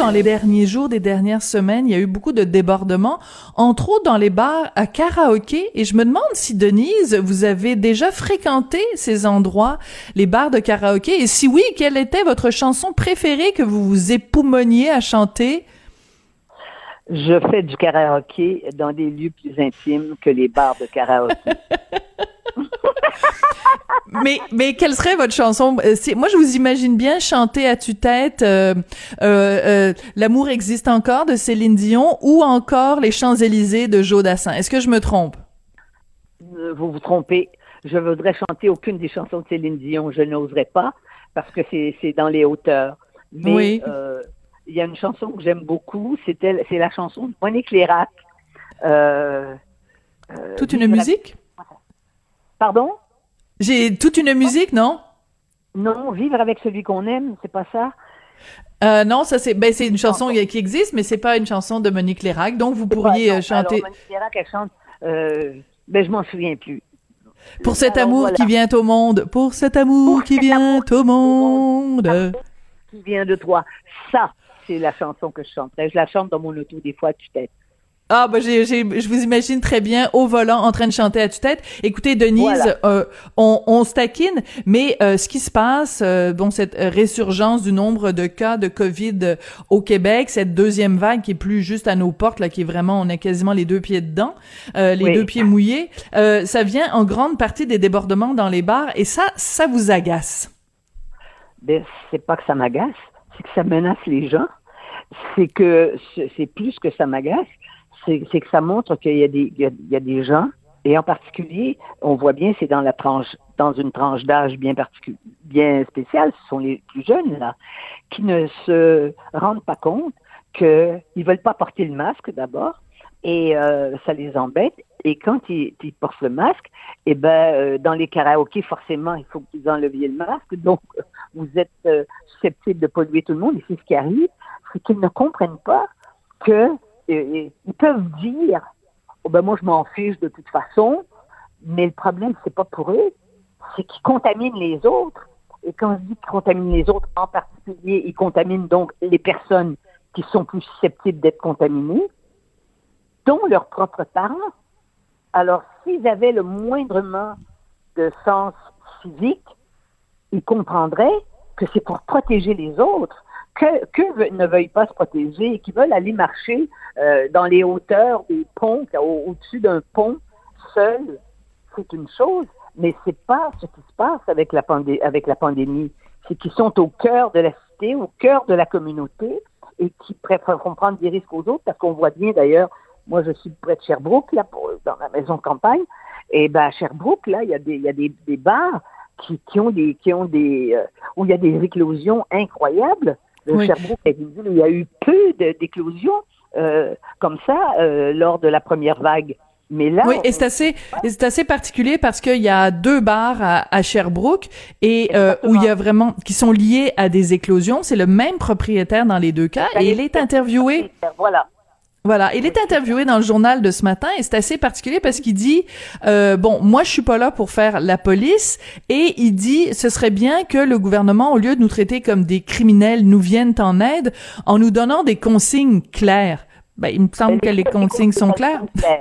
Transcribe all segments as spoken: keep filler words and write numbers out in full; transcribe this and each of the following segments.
dans les derniers jours, des dernières semaines, il y a eu beaucoup de débordements, entre autres dans les bars à karaoké. Et je me demande si, Denise, vous avez déjà fréquenté ces endroits, les bars de karaoké. Et si oui, quelle était votre chanson préférée que vous vous époumoniez à chanter? Je fais du karaoké dans des lieux plus intimes que les bars de karaoké. mais mais quelle serait votre chanson? C'est, moi, je vous imagine bien chanter à tue-tête euh, euh, euh, L'amour existe encore de Céline Dion ou encore Les Champs-Élysées de Joe Dassin. Est-ce que je me trompe? Vous vous trompez. Je voudrais chanter aucune des chansons de Céline Dion. Je n'oserais pas parce que c'est, c'est dans les hauteurs. Mais oui. euh, il y a une chanson que j'aime beaucoup. C'était, c'est la chanson de Monique Lérac. Euh, euh, Toute une musique? La... Pardon? J'ai toute une musique, non? Non, Vivre avec celui qu'on aime, c'est pas ça? Euh, non, ça c'est ben c'est une chanson qui existe, mais c'est pas une chanson de Monique Lérac, donc vous pourriez pas, non, chanter. Alors, Monique Lérac, elle chante, euh, ben je m'en souviens plus. Pour cet alors, amour voilà. qui vient au monde, pour cet amour pour qui cet vient amour au monde, qui vient de toi. Ça, c'est la chanson que je chante. Je la chante dans mon auto des fois à tue-tête. Ah, bah, j'ai, j'ai, je vous imagine très bien au volant en train de chanter à tue-tête. Écoutez, Denise, voilà. euh, on, on se taquine, mais euh, ce qui se passe, euh, bon, cette résurgence du nombre de cas de COVID au Québec, cette deuxième vague qui est plus juste à nos portes, là, qui est vraiment, on a quasiment les deux pieds dedans, euh, les oui. deux pieds mouillés, euh, ça vient en grande partie des débordements dans les bars, et ça, ça vous agace? Ben, c'est pas que ça m'agace, c'est que ça menace les gens. C'est que, c'est plus que ça m'agace. C'est, c'est que ça montre qu'il y a des, il y a, il y a des gens, et en particulier, on voit bien, c'est dans la tranche, dans une tranche d'âge bien particulière, bien spéciale, ce sont les plus jeunes, là, qui ne se rendent pas compte qu'ils veulent pas porter le masque, d'abord, et euh, ça les embête, et quand ils, ils portent le masque, eh ben, euh, dans les karaokés, forcément, il faut que vous enleviez le masque, donc, vous êtes euh, susceptible de polluer tout le monde, et c'est ce qui arrive, c'est qu'ils ne comprennent pas que Et, ils peuvent dire oh ben moi je m'en fiche de toute façon, mais le problème c'est pas pour eux, c'est qu'ils contaminent les autres. Et quand je dis qu'ils contaminent les autres, en particulier, ils contaminent donc les personnes qui sont plus susceptibles d'être contaminées, dont leurs propres parents. Alors s'ils avaient le moindrement de sens civique, ils comprendraient que c'est pour protéger les autres. Que, que ne veuillent pas se protéger et qui veulent aller marcher euh, dans les hauteurs des ponts, au, au-dessus d'un pont, seul, c'est une chose, mais c'est pas ce qui se passe avec la, pandé- avec la pandémie. C'est qu'ils sont au cœur de la cité, au cœur de la communauté et qui préfèrent prendre des risques aux autres, parce qu'on voit bien d'ailleurs, moi je suis près de Sherbrooke, là, pour, dans la maison de campagne, et ben à Sherbrooke, là, il y a des, il y a des, des bars qui, qui ont des, qui ont des, euh, où il y a des éclosions incroyables. Oui. Sherbrooke est une ville où il y a eu peu de, d'éclosions euh, comme ça euh, lors de la première vague. Mais là, oui, et c'est assez, et c'est assez particulier parce qu'il y a deux bars à, à Sherbrooke et euh, où il y a vraiment qui sont liés à des éclosions. C'est le même propriétaire dans les deux cas et il est interviewé. Voilà. Voilà, il est interviewé dans le journal de ce matin et c'est assez particulier parce qu'il dit euh, bon, moi je suis pas là pour faire la police et il dit ce serait bien que le gouvernement au lieu de nous traiter comme des criminels nous vienne en aide en nous donnant des consignes claires. Ben il me semble que les consignes sont claires.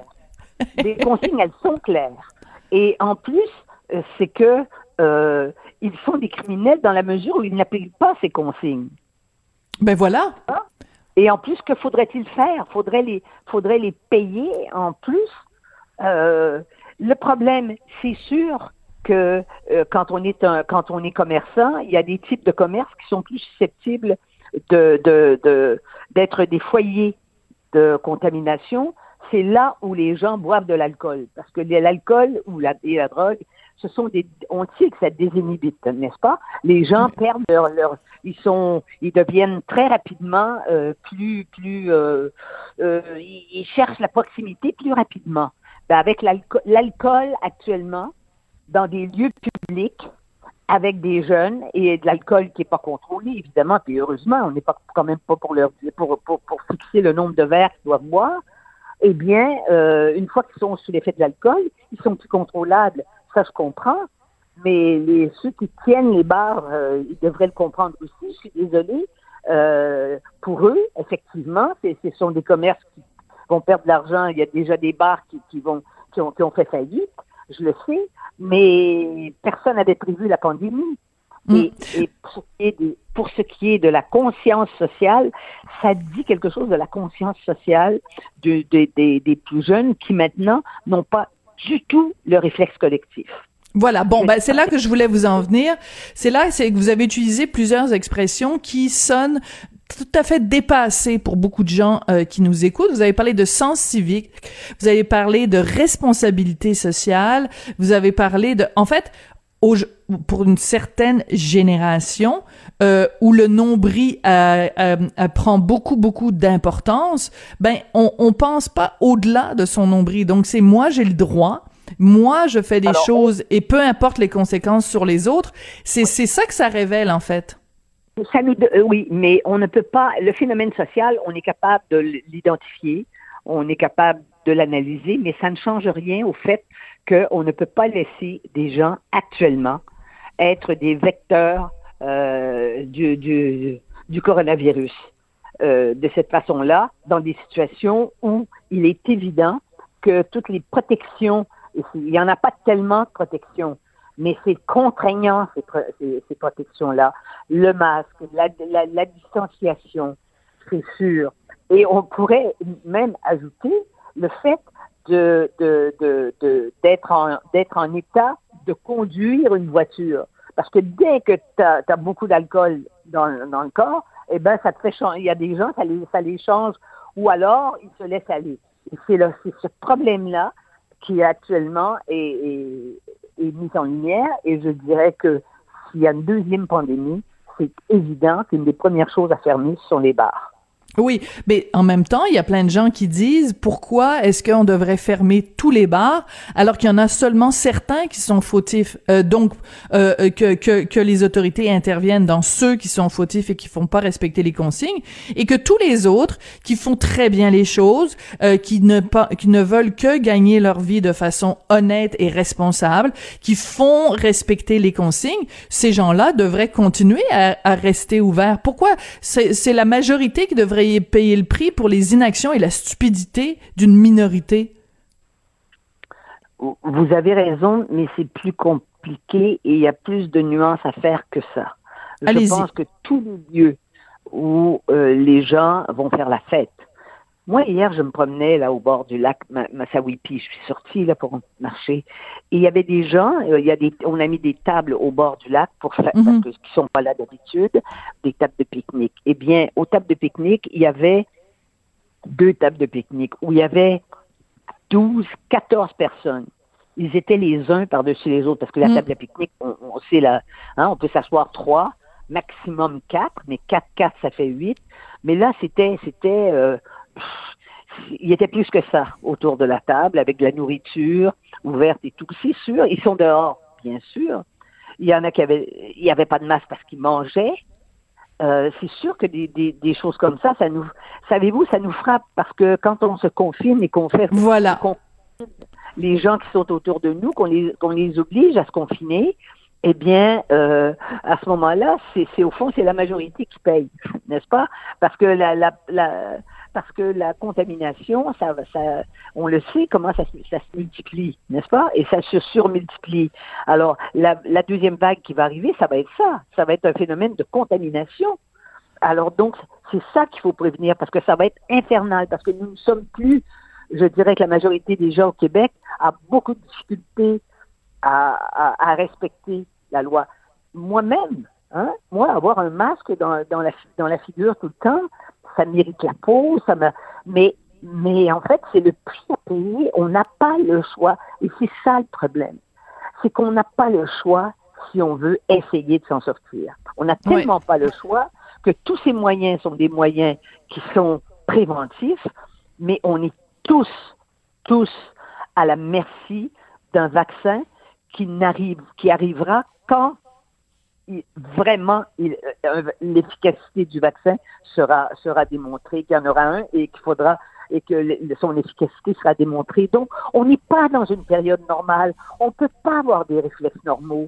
Les consignes elles sont claires. Et en plus euh, c'est que euh, ils sont des criminels dans la mesure où ils n'appliquent pas ces consignes. Ben voilà. Hein? Et en plus, que faudrait-il faire? Faudrait les, faudrait les payer en plus. Euh, le problème, c'est sûr que euh, quand on est un, quand on est commerçant, il y a des types de commerces qui sont plus susceptibles de, de, de, d'être des foyers de contamination. C'est là où les gens boivent de l'alcool. Parce que l'alcool ou la, et la drogue, ce sont des, on sait que ça désinhibite, n'est-ce pas? Les gens perdent leur, leur, ils sont, ils deviennent très rapidement euh, plus, plus, euh, euh, ils cherchent la proximité plus rapidement. Ben avec l'alcool, l'alcool actuellement, dans des lieux publics, avec des jeunes et de l'alcool qui est pas contrôlé, évidemment, puis heureusement, on n'est pas quand même pas pour leur, pour, pour, pour fixer le nombre de verres qu'ils doivent boire. Eh bien, euh, une fois qu'ils sont sous l'effet de l'alcool, ils sont plus contrôlables. Ça, je comprends, mais les, ceux qui tiennent les bars, euh, ils devraient le comprendre aussi. Je suis désolée, Euh, pour eux, effectivement, c'est, ce sont des commerces qui vont perdre de l'argent. Il y a déjà des bars qui, qui vont qui ont, qui ont fait faillite, je le sais, mais personne n'avait prévu la pandémie. Mm. Et, et pour, ce qui est de, pour ce qui est de la conscience sociale, ça dit quelque chose de la conscience sociale de, de, de, des plus jeunes qui maintenant n'ont pas du tout le réflexe collectif. Voilà, bon, ben c'est là que je voulais vous en venir. C'est là, c'est que vous avez utilisé plusieurs expressions qui sonnent tout à fait dépassées pour beaucoup de gens euh, qui nous écoutent. Vous avez parlé de sens civique, vous avez parlé de responsabilité sociale, vous avez parlé de... En fait, au, pour une certaine génération euh, où le nombril euh, euh, euh, prend beaucoup, beaucoup d'importance, ben on, on pense pas au-delà de son nombril. Donc, c'est moi, j'ai le droit... Moi, je fais des Alors, choses et peu importe les conséquences sur les autres. C'est, c'est ça que ça révèle, en fait. Ça nous, euh, oui, mais on ne peut pas... Le phénomène social, on est capable de l'identifier, on est capable de l'analyser, mais ça ne change rien au fait qu'on ne peut pas laisser des gens actuellement être des vecteurs euh, du, du, du coronavirus euh, de cette façon-là, dans des situations où il est évident que toutes les protections... Il n'y en a pas tellement de protection, mais c'est contraignant, ces, ces, ces protections-là. Le masque, la, la, la distanciation, c'est sûr. Et on pourrait même ajouter le fait de, de, de, de, d'être, en, d'être en état de conduire une voiture. Parce que dès que tu as beaucoup d'alcool dans, dans le corps, eh ben, ça te fait changer. Il y a des gens, ça les, ça les change, ou alors ils se laissent aller. Et c'est, là, c'est ce problème-là qui actuellement est, est, est mis en lumière, et je dirais que s'il y a une deuxième pandémie, c'est évident qu'une des premières choses à fermer, ce sont les bars. Oui, mais en même temps, il y a plein de gens qui disent pourquoi est-ce qu'on devrait fermer tous les bars alors qu'il y en a seulement certains qui sont fautifs. Euh, donc euh, que que que les autorités interviennent dans ceux qui sont fautifs et qui font pas respecter les consignes, et que tous les autres qui font très bien les choses, euh, qui ne pas qui ne veulent que gagner leur vie de façon honnête et responsable, qui font respecter les consignes, ces gens-là devraient continuer à, à rester ouverts. Pourquoi c'est c'est la majorité qui devrait payer le prix pour les inactions et la stupidité d'une minorité? Vous avez raison, mais c'est plus compliqué et il y a plus de nuances à faire que ça. Allez-y. Je pense que tous les lieux où euh, les gens vont faire la fête. Moi, hier, je me promenais là au bord du lac Massawippi. Je suis sortie là pour marcher. Et il y avait des gens, euh, il y a des, on a mis des tables au bord du lac pour faire, mm-hmm. parce qu'ils sont pas là d'habitude, des tables de pique-nique. Eh bien, aux tables de pique-nique, il y avait deux tables de pique-nique où il y avait douze, quatorze personnes. Ils étaient les uns par-dessus les autres parce que la mm. table de pique-nique, on, on sait là, hein, on peut s'asseoir trois, maximum quatre, mais quatre, quatre, ça fait huit. Mais là, c'était, c'était, euh, il y était plus que ça autour de la table avec de la nourriture ouverte et tout. C'est sûr, ils sont dehors, bien sûr. Il y en a qui avaient, il y avait pas de masque parce qu'ils mangeaient. Euh, c'est sûr que des, des, des choses comme ça, ça nous, savez-vous, ça nous frappe parce que quand on se confine et qu'on fait, voilà, qu'on, les gens qui sont autour de nous, qu'on les, qu'on les oblige à se confiner, eh bien, euh, à ce moment-là, c'est, c'est au fond, c'est la majorité qui paye, n'est-ce pas? Parce que la, la, la parce que la contamination, ça, ça, on le sait comment ça, ça se multiplie, n'est-ce pas? Et ça se surmultiplie. Alors, la, la deuxième vague qui va arriver, ça va être ça. Ça va être un phénomène de contamination. Alors donc, c'est ça qu'il faut prévenir, parce que ça va être infernal, parce que nous ne sommes plus, je dirais que la majorité des gens au Québec a beaucoup de difficultés à, à, à respecter la loi. Moi-même, hein, moi, avoir un masque dans, dans, la, dans la figure tout le temps, ça m'irrite la peau, ça me... Mais, mais en fait, c'est le prix à payer. On n'a pas le choix. Et c'est ça le problème. C'est qu'on n'a pas le choix si on veut essayer de s'en sortir. On n'a tellement oui. pas le choix que tous ces moyens sont des moyens qui sont préventifs, mais on est tous, tous à la merci d'un vaccin qui n'arrive, qui arrivera quand il, vraiment il, euh, l'efficacité du vaccin sera sera démontrée, qu'il y en aura un et qu'il faudra et que le, son efficacité sera démontrée. Donc, on n'est pas dans une période normale. On peut pas avoir des réflexes normaux.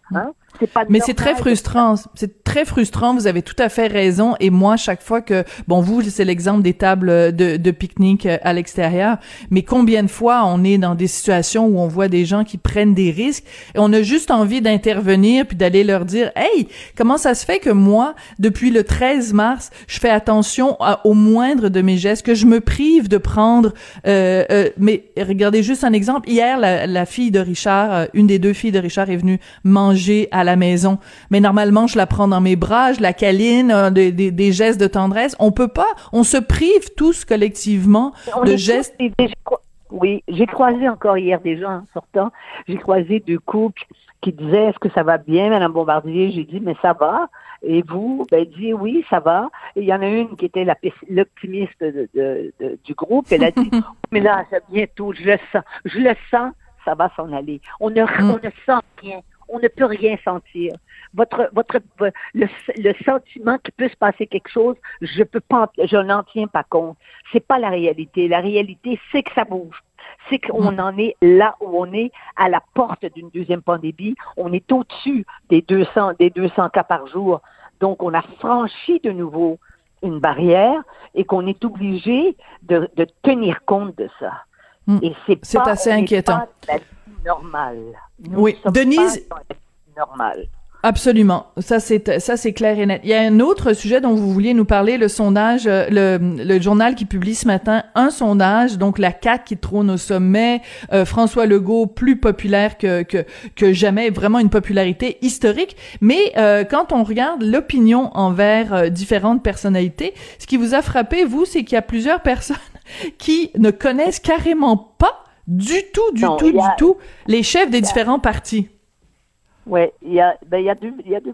Hein? C'est pas Mais c'est très frustrant. C'est très frustrant. Vous avez tout à fait raison. Et moi, chaque fois que, bon, vous, c'est l'exemple des tables de, de pique-nique à l'extérieur. Mais combien de fois on est dans des situations où on voit des gens qui prennent des risques et on a juste envie d'intervenir puis d'aller leur dire, hey, comment ça se fait que moi, depuis le treize mars, je fais attention à, au moindre de mes gestes, que je me prive de prendre, euh, euh, mais regardez juste un exemple. Hier, la, la fille de Richard, euh, une des deux filles de Richard est venue manger à la maison. Mais normalement, je la prends dans mes bras, je la câline, euh, des, des, des gestes de tendresse. On peut pas, on se prive tous collectivement on de gestes. Tous, oui, j'ai croisé encore hier des gens en sortant. J'ai croisé deux couples qui disaient, est-ce que ça va bien, Madame Bombardier? J'ai dit, mais ça va. Et vous? Ben, elle dit, oui, ça va. Et il y en a une qui était la, l'optimiste de, de, de, du groupe. Elle a dit, oh, mais là, ça, bientôt, je le sens. Je le sens, ça va s'en aller. On ne, mm. on ne sent rien. On ne peut rien sentir. Votre, votre, le, le sentiment qu'il peut se passer quelque chose, je peux pas, je n'en tiens pas compte. C'est pas la réalité. La réalité, c'est que ça bouge. C'est qu'on en est là où on est, à la porte d'une deuxième pandémie. On est au-dessus des deux cents, des deux cents cas par jour. Donc, on a franchi de nouveau une barrière et qu'on est obligé de, de tenir compte de ça. Mmh. Et c'est, c'est pas, assez inquiétant. Pas la vie normale. Nous oui, Denise. Pas dans la vie normale. Absolument. Ça, c'est, ça, c'est clair et net. Il y a un autre sujet dont vous vouliez nous parler, le sondage, le, le journal qui publie ce matin un sondage, donc la C A Q qui trône au sommet, euh, François Legault plus populaire que, que, que jamais, vraiment une popularité historique. Mais, euh, quand on regarde l'opinion envers euh, différentes personnalités, ce qui vous a frappé, vous, c'est qu'il y a plusieurs personnes qui ne connaissent carrément pas du tout, du non, tout, a... du tout les chefs des différents partis. Oui, il y a, ben, il y a deux, il y a deux,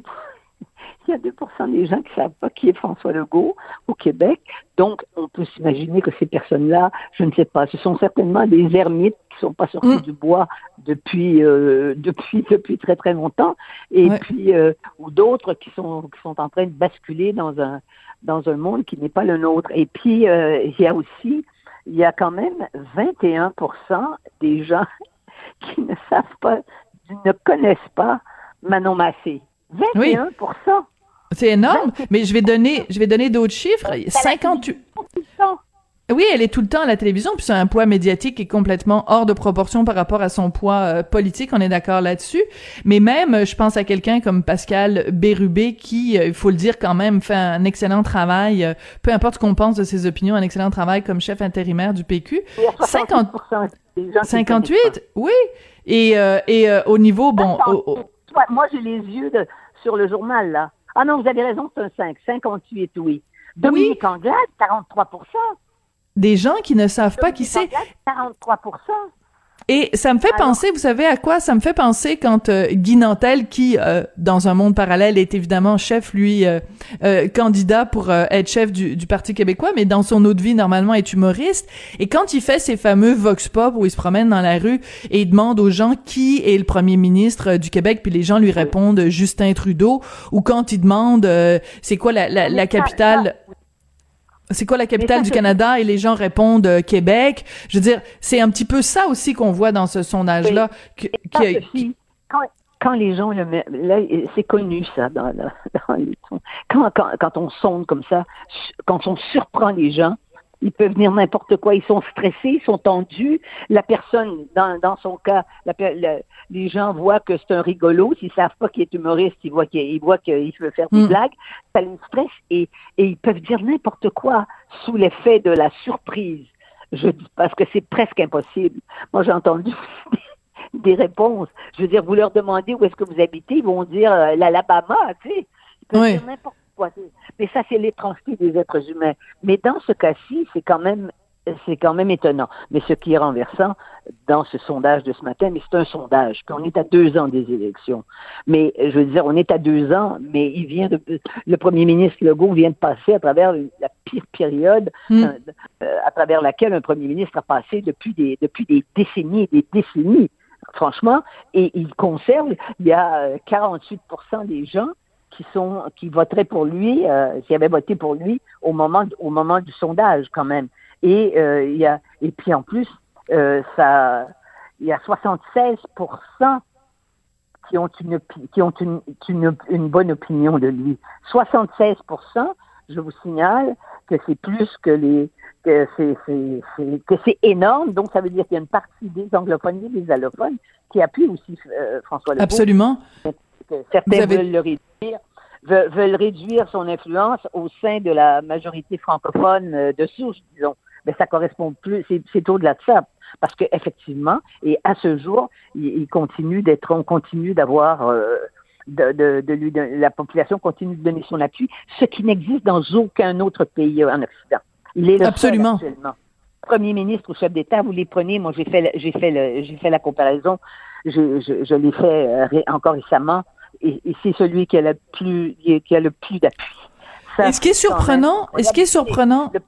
il y a deux pour cent des gens qui savent pas qui est François Legault au Québec. Donc, on peut s'imaginer que ces personnes-là, je ne sais pas, ce sont certainement des ermites qui sont pas sortis mmh. du bois depuis, euh, depuis, depuis très très longtemps. Et ouais. puis, euh, ou d'autres qui sont, qui sont en train de basculer dans un, dans un monde qui n'est pas le nôtre. Et puis, euh, il y a aussi, il y a quand même vingt et un pour cent des gens qui ne savent pas, ne connaissent pas Manon Massé. vingt et un pour cent. Oui. C'est énorme, mais je vais donner, je vais donner d'autres chiffres. cinquante-huit Oui, elle est tout le temps à la télévision, puis c'est un poids médiatique qui est complètement hors de proportion par rapport à son poids euh, politique, on est d'accord là-dessus. Mais même, je pense à quelqu'un comme Pascal Bérubé qui, il euh, faut le dire quand même, fait un excellent travail, euh, peu importe ce qu'on pense de ses opinions, un excellent travail comme chef intérimaire du P Q. cinquante cinquante-huit Oui. Et, euh, et euh, au niveau, bon... Au, au... Moi, j'ai les yeux de, sur le journal, là. Ah non, vous avez raison, c'est un cinq. cinquante-huit, oui. Dominique oui. Anglade, quarante-trois pour cent. Des gens qui ne savent Dominique pas qui c'est. quarante-trois pour cent. Et ça me fait Alors, penser, vous savez à quoi? Ça me fait penser quand euh, Guy Nantel, qui, euh, dans un monde parallèle, est évidemment chef, lui, euh, euh, candidat pour euh, être chef du, du Parti québécois, mais dans son autre vie, normalement, est humoriste. Et quand il fait ses fameux vox pop où il se promène dans la rue et il demande aux gens qui est le premier ministre du Québec, puis les gens lui répondent Justin Trudeau, ou quand il demande euh, c'est quoi la, la, la capitale... C'est quoi la capitale ça, du Canada? Et les gens répondent euh, Québec. Je veux dire, c'est un petit peu ça aussi qu'on voit dans ce sondage-là. Oui. Que, que, qui... quand, quand les gens le mettent, là, c'est connu ça dans, dans, dans les quand, quand, quand on sonde comme ça, quand on surprend les gens, ils peuvent venir n'importe quoi. Ils sont stressés, ils sont tendus. La personne, dans, dans son cas, la, la, les gens voient que c'est un rigolo. S'ils savent pas qu'il est humoriste, ils voient qu'il, ils voient qu'il veut faire des mm. blagues. Ça les stresse et, et ils peuvent dire n'importe quoi sous l'effet de la surprise. Je dis parce que c'est presque impossible. Moi, j'ai entendu des réponses. Je veux dire, vous leur demandez où est-ce que vous habitez, ils vont dire euh, l'Alabama, tu sais. Ils peuvent oui. dire n'importe quoi. Mais ça, c'est l'étrangeté des êtres humains. Mais dans ce cas-ci, c'est quand même, c'est quand même étonnant. Mais ce qui est renversant dans ce sondage de ce matin, mais c'est un sondage, puis on est à deux ans des élections. Mais je veux dire, on est à deux ans, mais il vient de, le premier ministre Legault vient de passer à travers la pire période mm. euh, à travers laquelle un premier ministre a passé depuis des, depuis des décennies et des décennies. Franchement, et il conserve, il y a quarante-huit pour cent des gens qui sont qui voteraient pour lui, euh, qui avaient voté pour lui au moment au moment du sondage quand même. Et euh, il y a et puis en plus euh, ça il y a soixante-seize pour cent qui ont une qui ont une, une, une bonne opinion de lui. soixante-seize pour cent, je vous signale que c'est plus que les que c'est, c'est, c'est que c'est énorme. Donc ça veut dire qu'il y a une partie des anglophones et des allophones qui appuient aussi euh, François Legault. Absolument. Que certains avez... veulent le réduire, veulent, veulent réduire son influence au sein de la majorité francophone euh, de souche, disons. Mais ça correspond plus, c'est, c'est au-delà de ça. Parce que effectivement, et à ce jour, il, il continue d'être, on continue d'avoir, euh, de, de, de lui, de, la population continue de donner son appui, ce qui n'existe dans aucun autre pays en Occident. Il est le Absolument. seul actuellement. Premier ministre ou chef d'État, vous les prenez. Moi, j'ai fait, j'ai fait, le, j'ai fait la comparaison. Je, je, je l'ai fait euh, ré, encore récemment, et, et c'est celui qui a le plus, qui a le plus d'appui. Ça, et ce qui est surprenant, ce qui est surprenant. Le,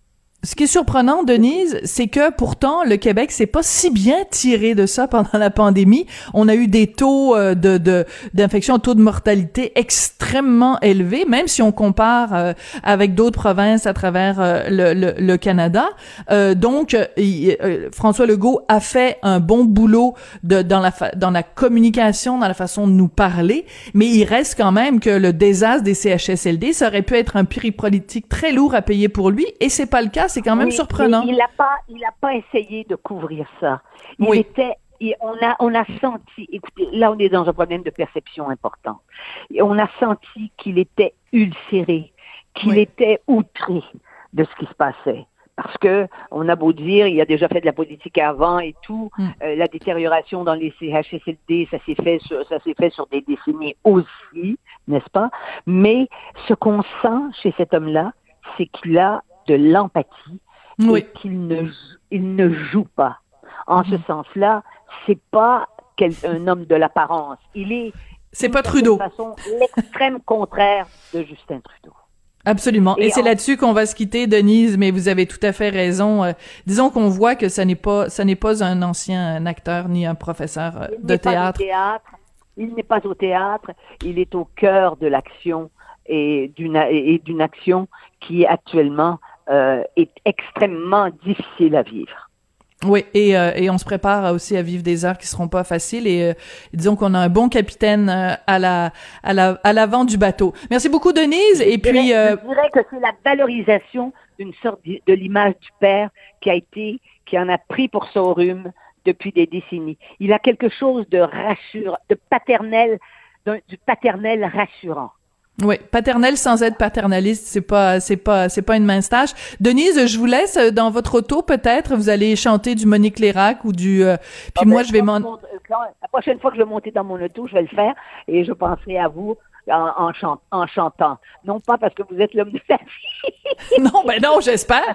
Ce qui est surprenant, Denise, c'est que pourtant le Québec s'est pas si bien tiré de ça pendant la pandémie. On a eu des taux euh, de, de d'infection, taux de mortalité extrêmement élevés, même si on compare euh, avec d'autres provinces à travers euh, le, le, le Canada. Euh, donc, il, euh, François Legault a fait un bon boulot de, dans la fa- dans la communication, dans la façon de nous parler, mais il reste quand même que le désastre des C H S L D, ça aurait pu être un prix politique très lourd à payer pour lui, et c'est pas le cas. C'est quand même oui, surprenant. Il n'a pas, il a pas essayé de couvrir ça. Il oui. était, et on a, on a senti. Écoutez, là, on est dans un problème de perception important. Et on a senti qu'il était ulcéré, qu'il oui. était outré de ce qui se passait. Parce que on a beau dire, il a déjà fait de la politique avant et tout. Mm. Euh, la détérioration dans les C H S L D, ça s'est fait, sur, ça s'est fait sur des décennies aussi, n'est-ce pas? Mais ce qu'on sent chez cet homme-là, c'est qu'il a de l'empathie oui. et qu'il ne, il ne joue pas. En mmh. ce sens-là, c'est pas quel, un homme de l'apparence. Il est, c'est pas Trudeau. De toute façon, l'extrême contraire de Justin Trudeau. Absolument. Et, et c'est en... là-dessus qu'on va se quitter, Denise, mais vous avez tout à fait raison. Euh, disons qu'on voit que ça n'est pas, ça n'est pas un ancien un acteur ni un professeur euh, de théâtre. théâtre. Il n'est pas au théâtre. Il est au cœur de l'action et d'une, et d'une action qui actuellement Euh, est extrêmement difficile à vivre. Oui, et euh, et on se prépare aussi à vivre des heures qui seront pas faciles et euh, disons qu'on a un bon capitaine euh, à la à la à l'avant du bateau. Merci beaucoup, Denise. Et je puis dirais, euh... je dirais que c'est la valorisation d'une sorte de l'image du père qui a été qui en a pris pour son rhume depuis des décennies. Il a quelque chose de rassurant, de paternel, d'un, du paternel rassurant. Oui, paternel sans être paternaliste, c'est pas, c'est pas, c'est pas une mince tâche. Denise, je vous laisse dans votre auto, peut-être, vous allez chanter du Monique Lérac ou du, euh, puis ah moi, ben, je vais m'en... La prochaine fois que je vais monter dans mon auto, je vais le faire et je penserai à vous en, en, chant, en chantant. Non pas parce que vous êtes l'homme de sa vie. Non, ben non, j'espère.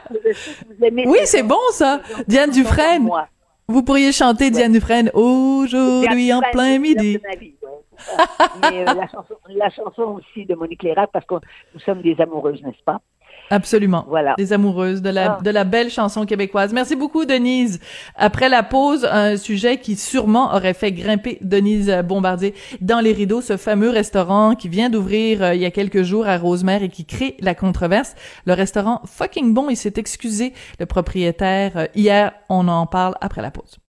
Oui, c'est bon, ça. Diane Dufresne. Vous pourriez chanter ouais. Diane Dufresne, aujourd'hui en plein midi. Mais euh, la, chanson, la chanson aussi de Monique Lérac, parce que nous sommes des amoureuses, n'est-ce pas? Absolument. Voilà. Des amoureuses de la, ah. de la belle chanson québécoise. Merci beaucoup, Denise. Après la pause, un sujet qui sûrement aurait fait grimper Denise Bombardier dans les rideaux, ce fameux restaurant qui vient d'ouvrir euh, il y a quelques jours à Rosemère et qui crée la controverse. Le restaurant Fucking Bon, il s'est excusé, le propriétaire, euh, hier. On en parle après la pause.